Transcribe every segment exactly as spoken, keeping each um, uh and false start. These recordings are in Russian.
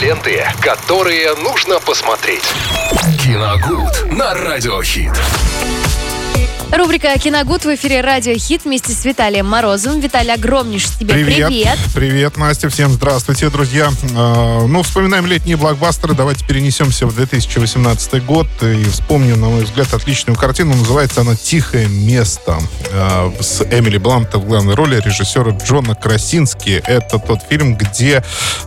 ленты, которые нужно посмотреть. Киногуд на Радиохит. Рубрика «Киногуд» в эфире «Радио Хит» вместе с Виталием Морозовым. Виталий, огромнейший тебе привет. Привет, привет Настя, всем здравствуйте, друзья. Э, ну, вспоминаем летние блокбастеры. Давайте перенесемся в две тысячи восемнадцатый год и вспомним, на мой взгляд, отличную картину. Называется она «Тихое место». Э, с Эмили Блант в главной роли, режиссера Джона Красински. Это тот фильм, где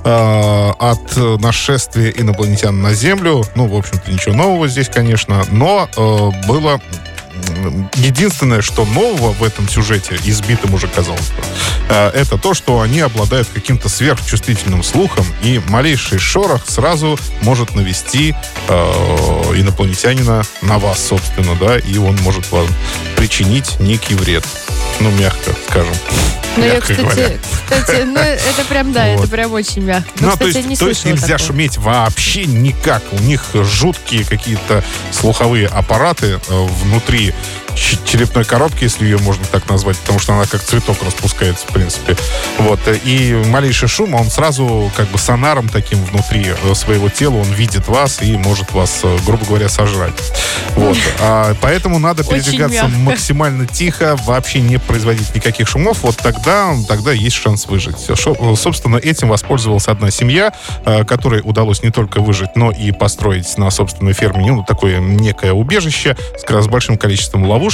э, от нашествия инопланетян на Землю, ну, в общем-то, ничего нового здесь, конечно, но э, было... Единственное, что нового в этом сюжете, избитым уже, казалось бы, это то, что они обладают каким-то сверхчувствительным слухом, и малейший шорох сразу может навести э, инопланетянина на вас, собственно, да, и он может вам причинить некий вред. Ну, мягко скажем. Ну, я, кстати, кстати, ну, это прям, да, вот. Это прям очень мягко. Ну, кстати, то есть, не то есть нельзя такого. Шуметь вообще никак. У них жуткие какие-то слуховые аппараты э, внутри черепной коробки, если ее можно так назвать, потому что она как цветок распускается, в принципе. Вот. И малейший шум, он сразу как бы сонаром таким внутри своего тела, он видит вас и может вас, грубо говоря, сожрать. Вот. А, поэтому надо передвигаться максимально тихо, вообще не производить никаких шумов. Вот тогда, тогда есть шанс выжить. Шо, собственно, этим воспользовалась одна семья, которой удалось не только выжить, но и построить на собственной ферме ну, такое некое убежище с, с большим количеством ловушек.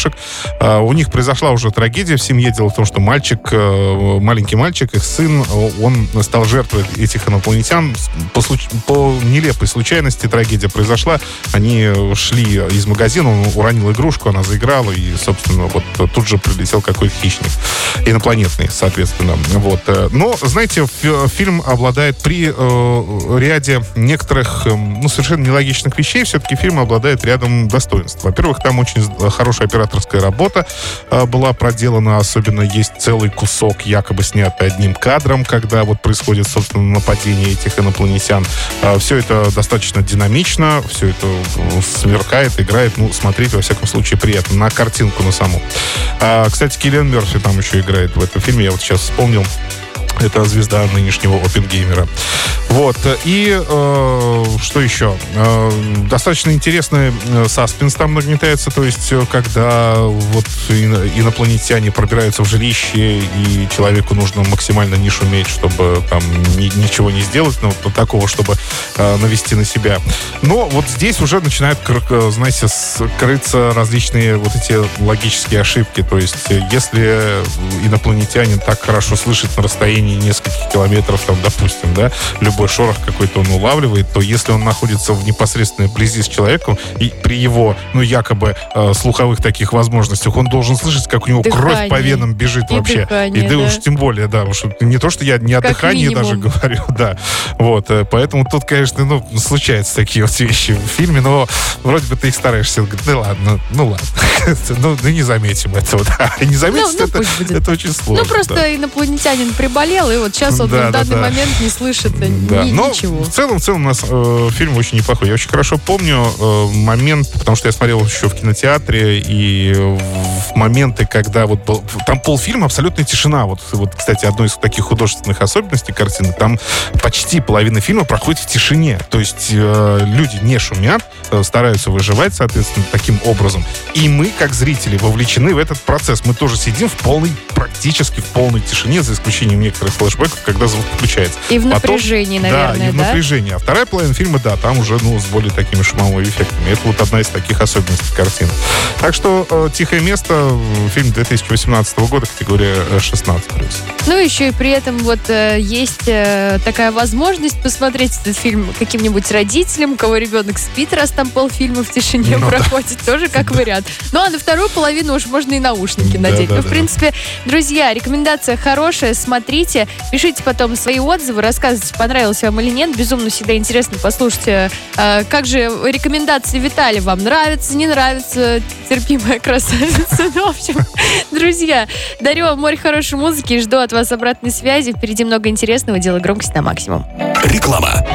У них произошла уже трагедия в семье. Дело в том, что мальчик, маленький мальчик, их сын, он стал жертвой этих инопланетян. По, случ... по нелепой случайности трагедия произошла. Они шли из магазина, он уронил игрушку, она заиграла, и, собственно, вот тут же прилетел какой-то хищник. Инопланетный, соответственно. Вот. Но, знаете, фильм обладает при э, ряде некоторых, э, ну, совершенно нелогичных вещей. Все-таки фильм обладает рядом достоинств. Во-первых, там очень хорошая операторская работа э, была проделана. Особенно есть целый кусок, якобы снятый одним кадром, когда вот происходит, собственно, нападение этих инопланетян. Э, все это достаточно динамично, все это сверкает, играет. Ну, смотреть, во всяком случае, приятно. На картинку, на саму. А, кстати, Киллиан Мерфи там еще играет в этом фильме. Я вот сейчас вспомнил. Это звезда нынешнего опенгеймера. Вот. И э, что еще? Э, достаточно интересный саспенс там нагнетается. То есть, когда вот инопланетяне пробираются в жилище, и человеку нужно максимально не шуметь, чтобы там ни, ничего не сделать, ну, такого, чтобы э, навести на себя. Но вот здесь уже начинают, знаете, крыться различные вот эти логические ошибки. То есть, если инопланетянин так хорошо слышит на расстоянии нескольких километров, там, допустим, да, любой шорох какой-то он улавливает, то если он находится в непосредственной близи с человеком, и при его, ну, якобы э, слуховых таких возможностях, он должен слышать, как у него дыхание. Кровь по венам бежит и вообще. Дыхание, и да, да уж тем более, да, уж не то, что я не о как дыхании минимум. Даже говорю, да. Вот, поэтому тут, конечно, ну, случаются такие вот вещи в фильме, но вроде бы ты их стараешься, говорить, ну ладно, ну ладно, ну, ну не заметим этого, да. Не заметить, ну, ну, это, это очень сложно. Ну, просто да. Инопланетянин приболел, и вот сейчас он да, в данный да, момент да. не слышит да. ни, Но ничего. В целом, в целом у нас э, фильм очень неплохой. Я очень хорошо помню э, момент, потому что я смотрел еще в кинотеатре, и в моменты, когда вот был, там полфильма абсолютная тишина. Вот, вот, кстати, одной из таких художественных особенностей картины, там почти половина фильма проходит в тишине. То есть э, люди не шумят, э, стараются выживать, соответственно, таким образом. И мы, как зрители, вовлечены в этот процесс. Мы тоже сидим в полной, практически в полной тишине, за исключением некоторых флешбеков, когда звук включается. И в напряжении, Потом, наверное, да? и в да? напряжении. А вторая половина фильма, да, там уже, ну, с более такими шумовыми эффектами. Это вот одна из таких особенностей картины. Так что э, «Тихое место», фильм две тысячи восемнадцатого года, категория шестнадцать плюс. Ну, еще и при этом вот э, есть э, такая возможность посмотреть этот фильм каким-нибудь родителям, у кого ребенок спит, раз там полфильма в тишине ну, проходит, да. тоже как вариант. Ну, а на вторую половину уж можно и наушники надеть. Да, да, ну, в да. принципе, друзья, рекомендация хорошая, смотрите, пишите потом свои отзывы, рассказывайте, понравилось вам или нет. Безумно всегда интересно послушать, э, как же рекомендации Виталия вам нравятся, не нравятся, терпимая красавица. Ну, в общем, друзья, дарю вам море хорошей музыки и жду от вас обратной связи. Впереди много интересного, делай громкость на максимум. Реклама.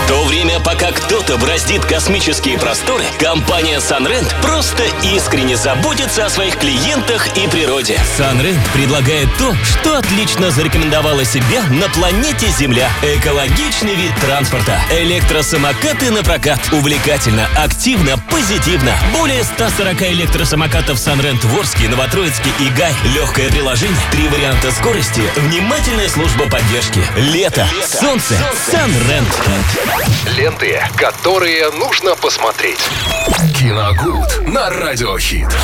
В то время, пока кто-то бороздит космические просторы, компания Sunrent просто искренне заботится о своих клиентах и природе. Sunrent предлагает то, что отлично зарекомендовало себя на планете Земля. Экологичный вид транспорта. Электросамокаты на прокат. Увлекательно, активно, позитивно. Более ста сорока электросамокатов Sunrent в Орске, Новотроицке и Гай. Легкое приложение, три варианта скорости, внимательная служба поддержки. Лето, Лето. Солнце, Sunrent. Ленты, которые нужно посмотреть. Киногуд на Радиохит.